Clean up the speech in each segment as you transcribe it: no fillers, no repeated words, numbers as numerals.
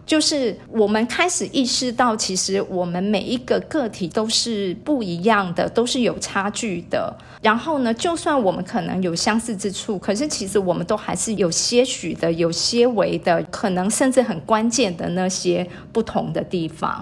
就是我们开始意识到其实我们每一个个体都是不一样的，都是有差距的，然后呢就算我们可能有相似之处，可是其实我们都还是有些许的有些微的可能甚至很关键的那些不同的地方。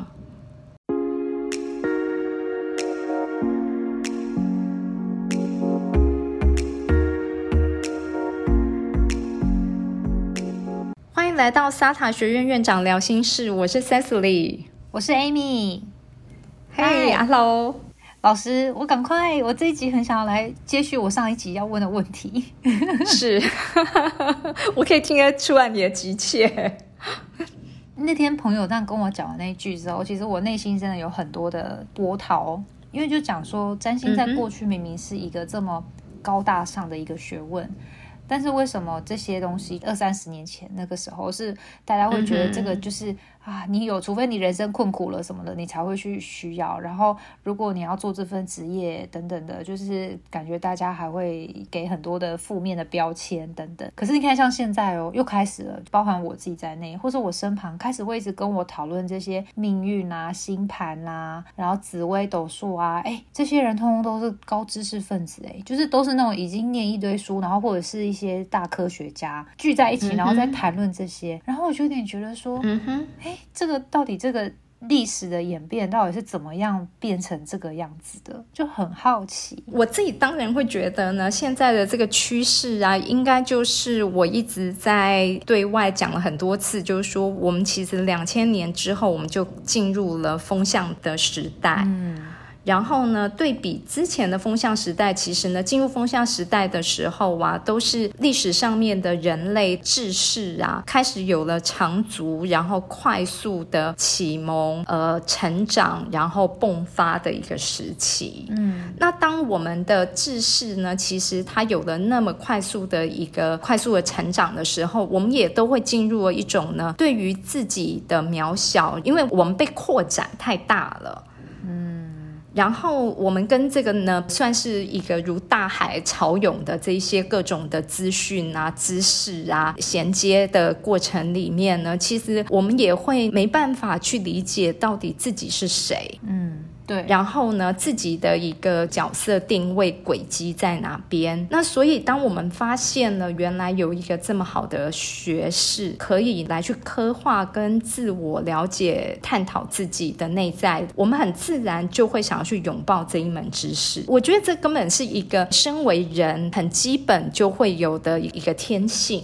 欢迎来到沙塔学院院长聊心事，我是 Cecily， 我是 Amy。 嘿、Hello 老师，我这一集很想要来接续我上一集要问的问题。 是我可以听得出来你的急切。 那天朋友这样跟我讲完那一句之后，其实我内心真的有很多的波涛，因为就讲说占星在过去明明是一个这么高大上的一个学问，但是为什么这些东西20-30年前那个时候是大家会觉得这个就是你除非你人生困苦了什么的你才会去需要，然后如果你要做这份职业等等的，就是感觉大家还会给很多的负面的标签等等。可是你看像现在又开始了，包含我自己在内，或者我身旁开始会一直跟我讨论这些命运啊、星盘啊，然后紫微斗数啊，这些人通通都是高知识分子，就是都是那种已经念一堆书，然后或者是一些大科学家聚在一起，然后再谈论这些，然后我就有点觉得说这个到底这个历史的演变到底是怎么样变成这个样子的，就很好奇。 我自己当然会觉得呢，现在的这个趋势啊，应该就是我一直在对外讲了很多次，就是说我们其实2000年之后我们就进入了风向的时代。然后呢，对比之前的风向时代，其实呢，进入风向时代的时候啊，都是历史上面的人类志士啊，开始有了长足，然后快速的启蒙、成长，然后迸发的一个时期。那当我们的志士呢，其实他有了那么快速的成长的时候，我们也都会进入了一种呢，对于自己的渺小，因为我们被扩展太大了。然后我们跟这个呢算是一个如大海潮涌的这些各种的资讯啊、知识啊衔接的过程里面呢，其实我们也会没办法去理解到底自己是谁。 对， 然后呢，自己的一个角色定位轨迹在哪边？那所以当我们发现了原来有一个这么好的学识可以来去刻画跟自我了解、探讨自己的内在，我们很自然就会想要去拥抱这一门知识。我觉得这根本是一个身为人很基本就会有的一个天性。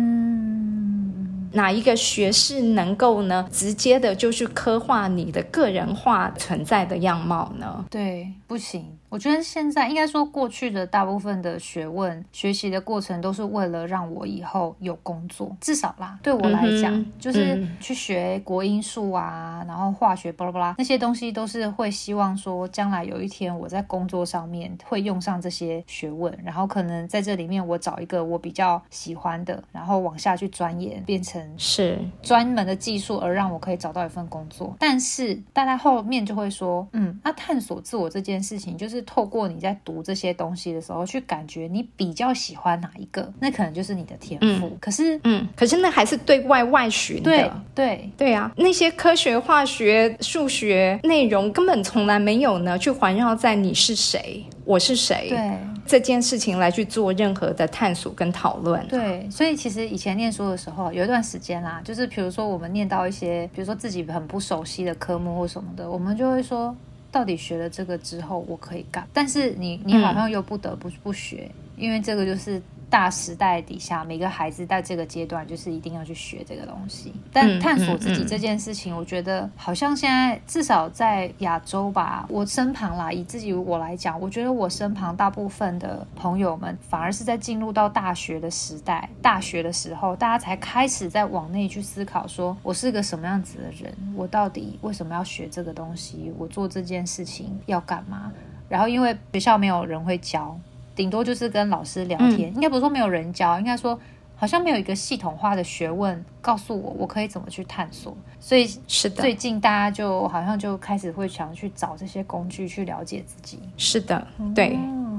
哪一个学识能够呢直接的就去刻画你的个人化存在的样貌呢？ 对，不行。我觉得现在应该说过去的大部分的学问学习的过程都是为了让我以后有工作，至少啦对我来讲，就是去学国英数啊，然后化学巴拉巴拉那些东西都是会希望说将来有一天我在工作上面会用上这些学问，然后可能在这里面我找一个我比较喜欢的，然后往下去钻研，变成是专门的技术，而让我可以找到一份工作。但是大家后面就会说探索自我这件事情就是透过你在读这些东西的时候去感觉你比较喜欢哪一个，那可能就是你的天赋。可是那还是对外寻的。对啊，那些科学、化学、数学内容根本从来没有呢去环绕在你是谁、我是谁这件事情来去做任何的探索跟讨论。 对，所以其实以前念书的时候有一段时间啦，就是比如说我们念到一些比如说自己很不熟悉的科目或什么的，我们就会说到底学了这个之后我可以干，但是你好像又不得不学，因为这个就是大时代底下每个孩子在这个阶段就是一定要去学这个东西。但探索自己这件事情我觉得好像现在至少在亚洲吧，我身旁啦，以自己我来讲，我觉得我身旁大部分的朋友们反而是在进入到大学的时代，大学的时候大家才开始在往内去思考说我是个什么样子的人，我到底为什么要学这个东西，我做这件事情要干嘛。然后因为学校没有人会教，顶多就是跟老师聊天，应该不是说没有人教，应该说好像没有一个系统化的学问告诉我可以怎么去探索。所以最近大家就好像就开始会想去找这些工具去了解自己。 是的，对。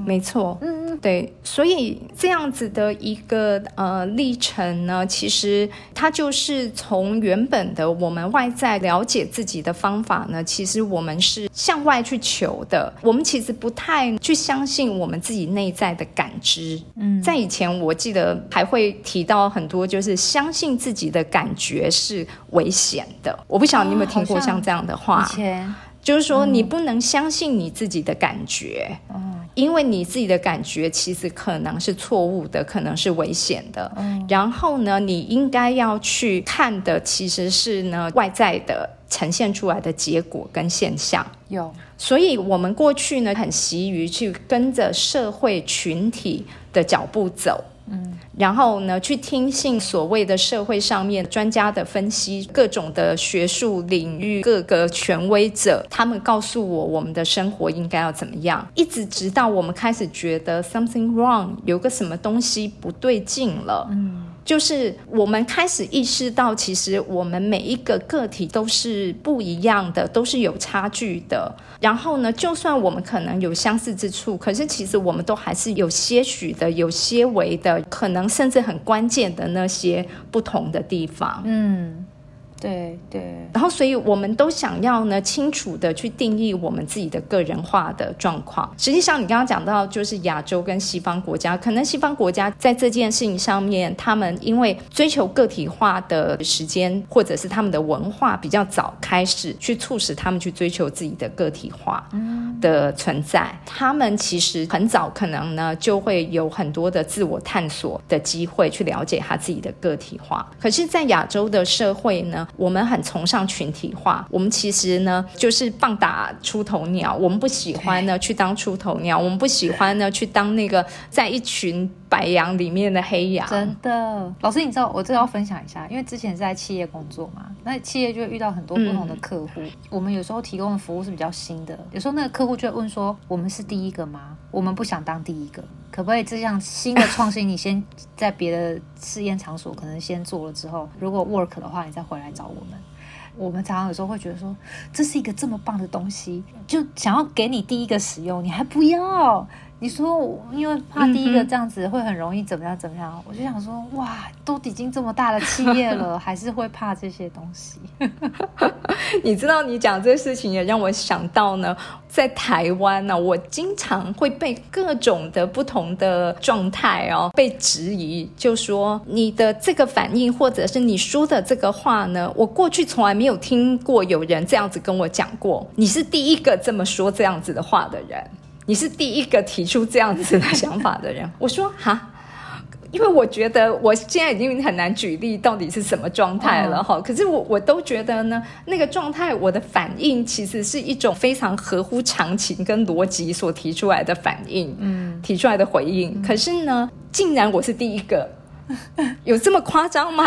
没错，对，所以这样子的一个历程呢，其实它就是从原本的我们外在了解自己的方法呢，其实我们是向外去求的，我们其实不太去相信我们自己内在的感知。在以前我记得还会提到很多，就是相信自己的感觉是危险的。我不晓得你有没有听过像这样的话？ 以前就是说你不能相信你自己的感觉，因为你自己的感觉其实可能是错误的，可能是危险的。然后呢，你应该要去看的其实是呢外在的呈现出来的结果跟现象。所以我们过去呢很习于去跟着社会群体的脚步走。然后呢去听信所谓的社会上面专家的分析，各种的学术领域各个权威者，他们告诉我们的生活应该要怎么样，一直直到我们开始觉得 something wrong， 有个什么东西不对劲了。就是我们开始意识到，其实我们每一个个体都是不一样的，都是有差距的。然后呢，就算我们可能有相似之处，可是其实我们都还是有些许的、有些微的，可能甚至很关键的那些不同的地方。 对。 然后所以我们都想要呢清楚的去定义我们自己的个人化的状况。实际上你刚刚讲到就是亚洲跟西方国家，可能西方国家在这件事情上面，他们因为追求个体化的时间或者是他们的文化比较早开始，去促使他们去追求自己的个体化的存在。他们其实很早可能呢就会有很多的自我探索的机会，去了解他自己的个体化。可是在亚洲的社会呢，我们很崇尚群体化，我们其实呢就是棒打出头鸟，我们不喜欢呢去当出头鸟，我们不喜欢呢去当那个在一群白羊里面的黑羊。 真的，老师你知道我这个要分享一下，因为之前是在企业工作嘛，那企业就会遇到很多不同的客户，我们有时候提供的服务是比较新的，有时候那个客户就会问说，我们是第一个吗？我们不想当第一个，可不可以这样新的创新你先在别的试验场所可能先做了之后，如果 work 的话你再回来找我们。我们常常有时候会觉得说，这是一个这么棒的东西，就想要给你第一个使用，你还不要，你说因为怕第一个这样子会很容易怎么样怎么样，我就想说哇，都已经这么大的企业了还是会怕这些东西。 你知道你讲这事情也让我想到呢，在台湾呢，我经常会被各种的不同的状态被质疑，就说你的这个反应或者是你说的这个话呢，我过去从来没有听过有人这样子跟我讲过，你是第一个这么说这样子的话的人，你是第一个提出这样子的想法的人。我说哈，因为我觉得我现在已经很难举例到底是什么状态了可是我都觉得呢，那个状态我的反应其实是一种非常合乎常情跟逻辑所提出来的反应，提出来的回应。可是呢，竟然我是第一个，有这么夸张吗？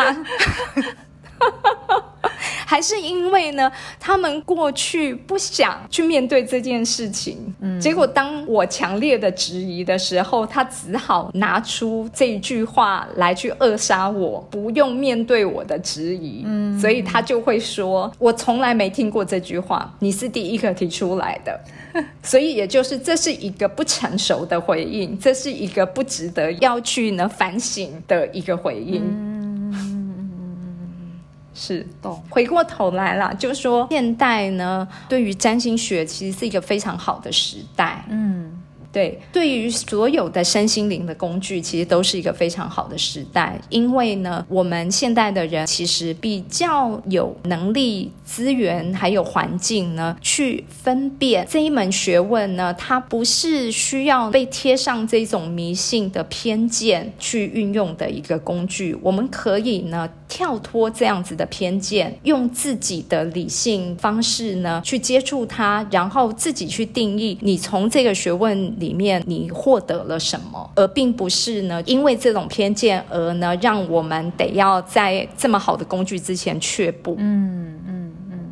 还是因为呢他们过去不想去面对这件事情，结果当我强烈的质疑的时候，他只好拿出这一句话来去扼杀我，不用面对我的质疑，所以他就会说，我从来没听过这句话，你是第一个提出来的。所以也就是这是一个不成熟的回应，这是一个不值得要去呢反省的一个回应。是，回过头来啦，就是说现代呢对于占星学其实是一个非常好的时代。对，对于所有的身心灵的工具其实都是一个非常好的时代，因为呢我们现代的人其实比较有能力资源还有环境呢去分辨这一门学问呢，它不是需要被贴上这种迷信的偏见去运用的一个工具。我们可以呢跳脱这样子的偏见，用自己的理性方式呢去接触它，然后自己去定义你从这个学问里面你获得了什么，而并不是呢因为这种偏见而呢让我们得要在这么好的工具之前却步。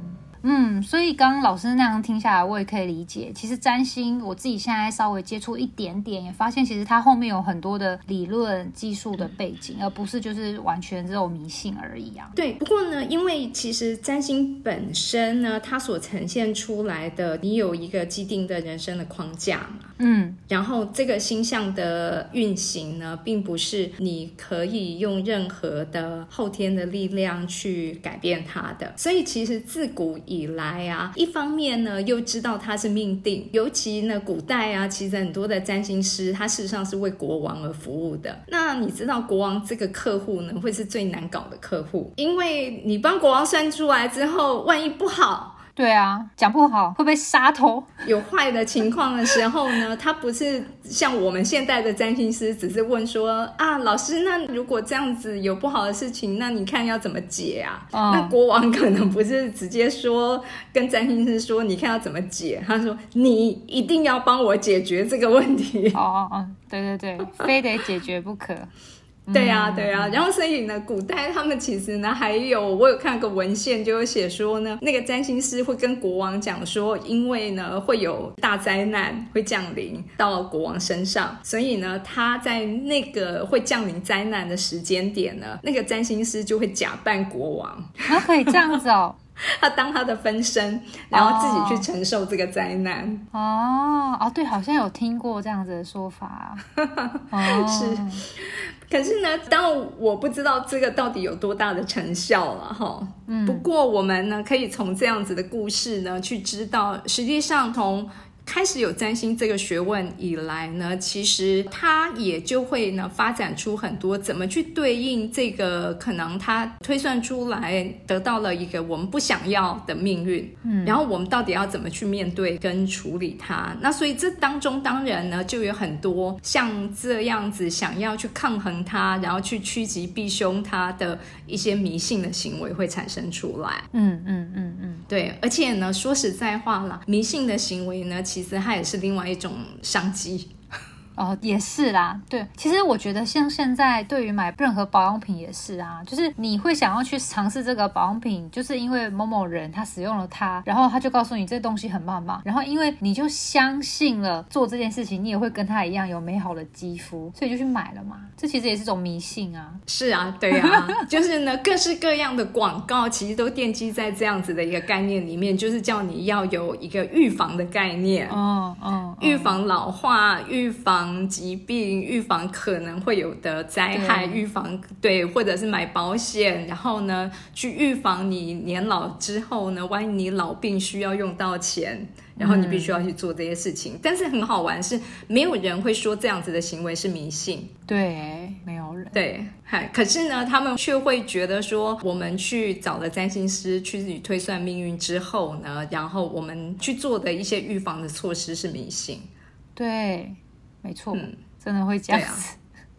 所以刚刚老师那样听下来我也可以理解，其实占星我自己现在稍微接触一点点，也发现其实它后面有很多的理论技术的背景，而不是就是完全只有迷信而已啊。 对，不过呢，因为其实占星本身呢，它所呈现出来的，你有一个既定的人生的框架嘛，然后这个星象的运行呢，并不是你可以用任何的后天的力量去改变它的，所以其实自古以来啊，一方面呢又知道它是命定，尤其呢古代啊，其实很多的占星师他事实上是为国王而服务的。那你知道国王这个客户呢会是最难搞的客户，因为你帮国王算出来之后，万一不好， 对啊，讲不好会被杀头， 有坏的情况的时候呢，他不是像我们现代的占星师只是问说啊，老师，那如果这样子有不好的事情，那你看要怎么解啊？那国王可能不是直接说跟占星师说你看要怎么解，他说你一定要帮我解决这个问题。 对对对，非得解决不可。 对啊对啊，然后所以呢古代他们其实呢还有我有看个文献就有写说呢，那个占星师会跟国王讲说，因为呢会有大灾难会降临到国王身上，所以呢他在那个会降临灾难的时间点呢，那个占星师就会假扮国王， 可以这样子哦。 他当他的分身，然后自己去承受这个灾难。 对，好像有听过这样子的说法。 是，可是呢，当然我不知道这个到底有多大的成效了哈。不过我们呢可以从这样子的故事呢去知道，实际上从开始有占星这个学问以来呢，其实它也就会呢发展出很多怎么去对应这个可能它推算出来得到了一个我们不想要的命运，然后我们到底要怎么去面对跟处理它。那所以这当中当然呢就有很多像这样子想要去抗衡它，然后去趋吉避凶它的一些迷信的行为会产生出来。对，而且呢说实在话啦，迷信的行为呢其实它也是另外一种商机。 也是啦，对，其实我觉得像现在对于买任何保养品也是啊，就是你会想要去尝试这个保养品，就是因为某某人他使用了它，然后他就告诉你这东西很棒棒，然后因为你就相信了做这件事情，你也会跟他一样有美好的肌肤，所以就去买了嘛，这其实也是种迷信啊。 是啊，对啊，就是呢各式各样的广告其实都奠基在这样子的一个概念里面，就是叫你要有一个预防的概念，预防老化，预防疾病，预防可能会有的灾害，预防对，或者是买保险，然后呢去预防你年老之后呢，万一你老病需要用到钱，然后你必须要去做这些事情。但是很好玩是没有人会说这样子的行为是迷信， 对，没有人， 对，可是呢他们却会觉得说我们去找了占星师去推算命运之后呢，然后我们去做的一些预防的措施是迷信。 对，没错，真的会这样子。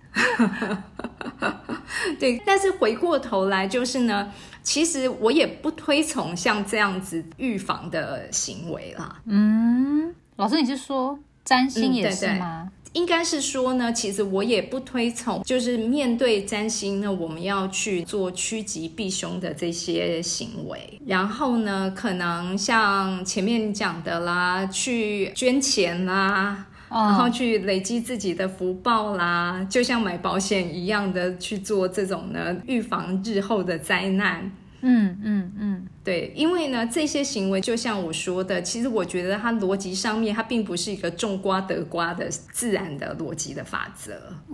对，但是回过头来就是呢，其实我也不推崇像这样子预防的行为啦。 老师你是说占星也是吗？ 应该是说呢，其实我也不推崇就是面对占星呢我们要去做趋吉避凶的这些行为，然后呢可能像前面讲的啦，去捐钱啦，然后去累积自己的福报啦，就像买保险一样的去做这种呢预防日后的灾难。对，因为呢这些行为就像我说的，其实我觉得它逻辑上面它并不是一个种瓜得瓜的自然的逻辑的法则。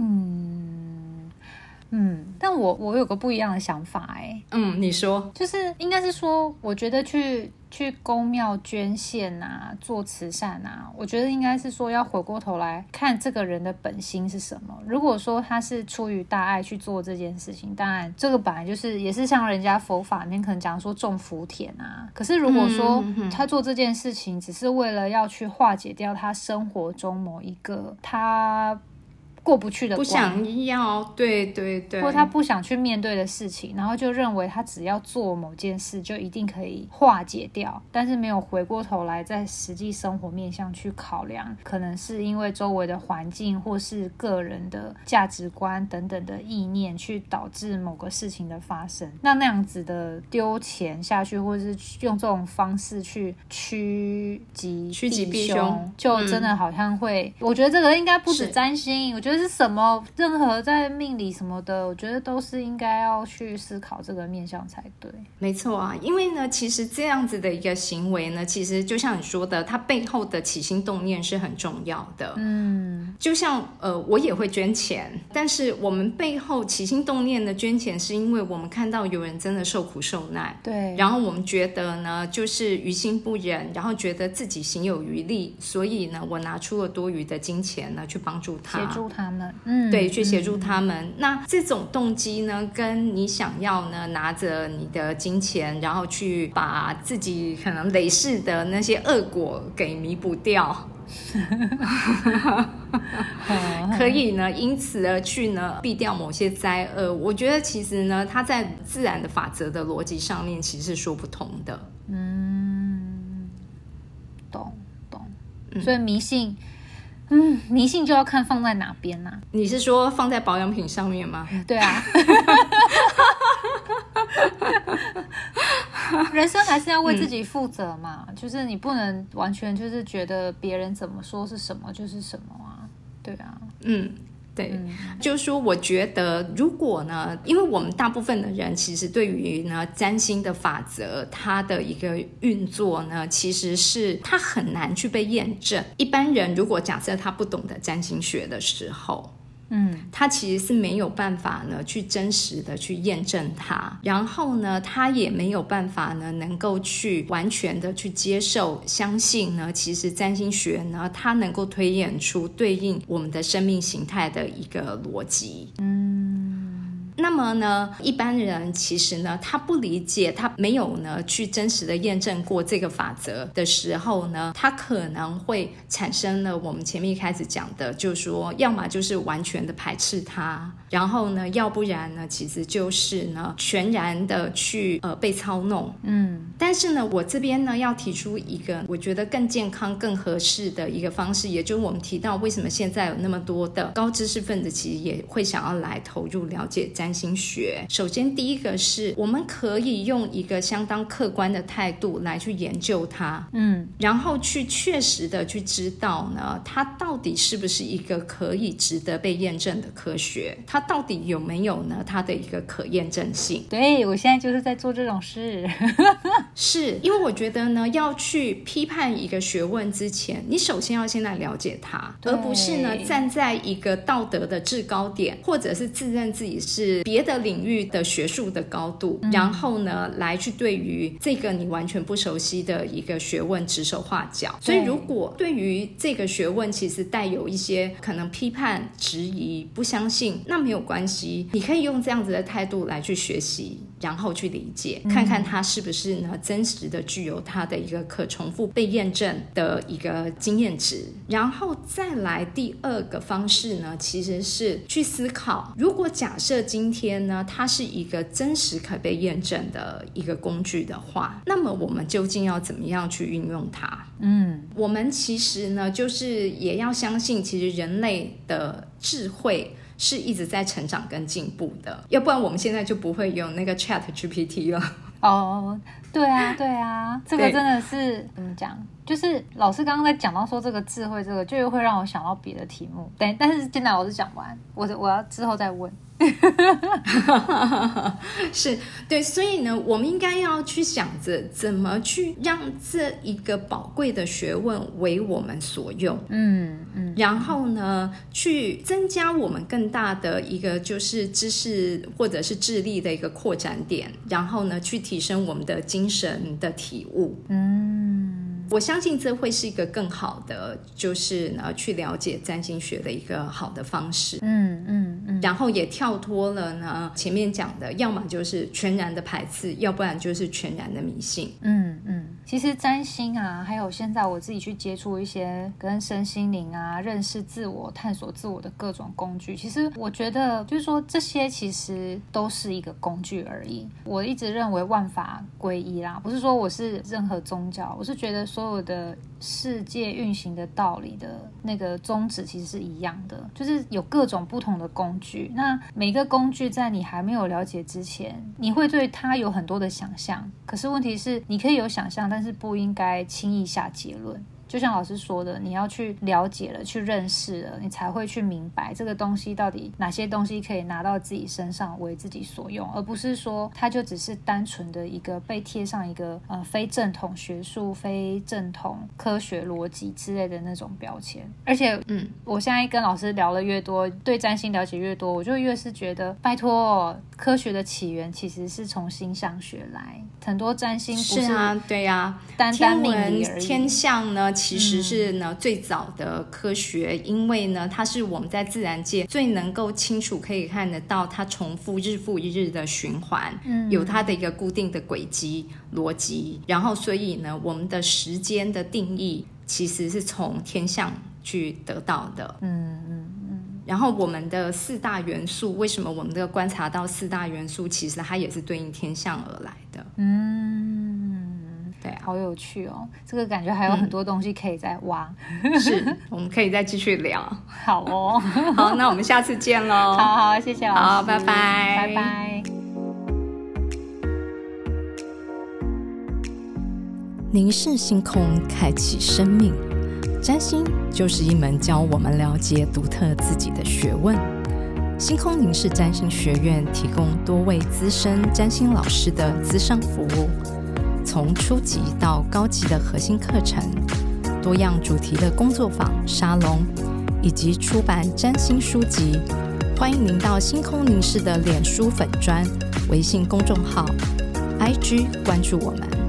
但我有个不一样的想法你说。 就是应该是说我觉得去公庙捐献啊，做慈善啊，我觉得应该是说要回过头来看这个人的本心是什么。如果说他是出于大爱去做这件事情，当然这个本来就是也是像人家佛法里面可能讲说种福田啊，可是如果说他做这件事情只是为了要去化解掉他生活中某一个他过不去的关， 不想要，对对对， 或他不想去面对的事情，然后就认为他只要做某件事就一定可以化解掉，但是没有回过头来在实际生活面向去考量，可能是因为周围的环境或是个人的价值观等等的意念去导致某个事情的发生。那样子的丢钱下去，或是用这种方式去趋吉避凶，就真的好像会，我觉得这个应该不止占星，我觉得是什么任何在命理什么的，我觉得都是应该要去思考这个面向才对。 没错啊，因为呢其实这样子的一个行为呢，其实就像你说的，它背后的起心动念是很重要的。就像我也会捐钱，但是我们背后起心动念的捐钱是因为我们看到有人真的受苦受难， 对， 然后我们觉得呢就是于心不忍，然后觉得自己行有余力，所以呢我拿出了多余的金钱呢去帮助他， 协助他们， 对，去协助他们。那这种动机呢，跟你想要呢拿着你的金钱，然后去把自己可能累世的那些恶果给弥补掉可以呢因此而去呢避掉某些灾厄，我觉得其实呢它在自然的法则的逻辑上面其实是说不通的。 懂。所以迷信迷信就要看放在哪边啊。 你是说放在保养品上面吗？ 对啊人生还是要为自己负责嘛，就是你不能完全就是觉得别人怎么说是什么就是什么啊。对啊， 对，就是说我觉得如果呢，因为我们大部分的人其实对于呢占星的法则它的一个运作呢，其实是它很难去被验证。一般人如果假设他不懂得占星学的时候，他其实是没有办法呢去真实的去验证它，然后呢他也没有办法呢能够去完全的去接受相信呢其实占星学呢它能够推演出对应我们的生命形态的一个逻辑。那么呢一般人其实呢他不理解，他没有呢去真实的验证过这个法则的时候呢，他可能会产生了我们前面一开始讲的，就是说要么就是完全的排斥它，然后呢要不然呢其实就是呢全然的去被操弄。但是呢我这边呢要提出一个我觉得更健康更合适的一个方式，也就是我们提到为什么现在有那么多的高知识分子其实也会想要来投入了解占星学。首先第一个是我们可以用一个相当客观的态度来去研究它，然后去确实的去知道呢它到底是不是一个可以值得被验证的科学，它到底有没有呢它的一个可验证性。 对，我现在就是在做这种事是因为我觉得呢要去批判一个学问之前，你首先要先来了解它，而不是呢站在一个道德的制高点，或者是自认自己是别的领域的学术的高度，然后呢来去对于这个你完全不熟悉的一个学问指手画脚。所以如果对于这个学问其实带有一些可能批判质疑不相信，那没有关系，你可以用这样子的态度来去学习，然后去理解，看看它是不是呢真实的具有它的一个可重复被验证的一个经验值。然后再来第二个方式呢，其实是去思考，如果假设今天呢它是一个真实可被验证的一个工具的话，那么我们究竟要怎么样去运用它？我们其实呢就是也要相信其实人类的智慧是一直在成长跟进步的，要不然我们现在就不会用那个 Chat GPT 了。 对啊，这个真的是怎么讲，就是老师刚刚在讲到说这个智慧，这个就会让我想到别的题目，但是现在老师讲完，我要之后再问是对，所以呢我们应该要去想着怎么去让这一个宝贵的学问为我们所用，然后呢去增加我们更大的一个就是知识或者是智力的一个扩展点，然后呢去提升我们的精神的体悟。我相信这会是一个更好的就是呢去了解占星学的一个好的方式。然后也跳脱了呢前面讲的要么就是全然的排斥，要不然就是全然的迷信。 其实占星啊，还有现在我自己去接触一些跟身心灵啊、认识自我、探索自我的各种工具，其实我觉得就是说这些其实都是一个工具而已。我一直认为万法归一啦，不是说我是任何宗教，我是觉得所有的世界运行的道理的那个宗旨其实是一样的，就是有各种不同的工具。那每个工具在你还没有了解之前，你会对它有很多的想象，可是问题是你可以有想象，但是不应该轻易下结论。就像老师说的，你要去了解了，去认识了，你才会去明白这个东西到底哪些东西可以拿到自己身上为自己所用，而不是说它就只是单纯的一个被贴上一个非正统学术、非正统科学逻辑之类的那种标签。而且我现在跟老师聊了越多，对占星了解越多，我就越是觉得拜托，科学的起源其实是从星象学来，很多占星不是对啊， 单单命理而已。 天象呢其实是呢最早的科学，因为呢它是我们在自然界最能够清楚可以看得到它重复日复一日的循环，有它的一个固定的轨迹逻辑，然后所以呢我们的时间的定义其实是从天象去得到的。然后我们的4大元素，为什么我们的观察到4大元素，其实它也是对应天象而来的。对啊， 好有趣哦，这个感觉还有很多东西可以再挖。 是，我们可以再继续聊。 好哦， 好，那我们下次见咯。 好，谢谢老师。 好，拜拜。 拜拜。 凝视星空，开启生命。占星就是一门教我们了解独特自己的学问。星空凝视占星学院提供多位资深占星老师的咨商服务，从初级到高级的核心课程，多样主题的工作坊、沙龙，以及出版占星书籍。欢迎您到星空凝视的脸书粉专、微信公众号、IG 关注我们。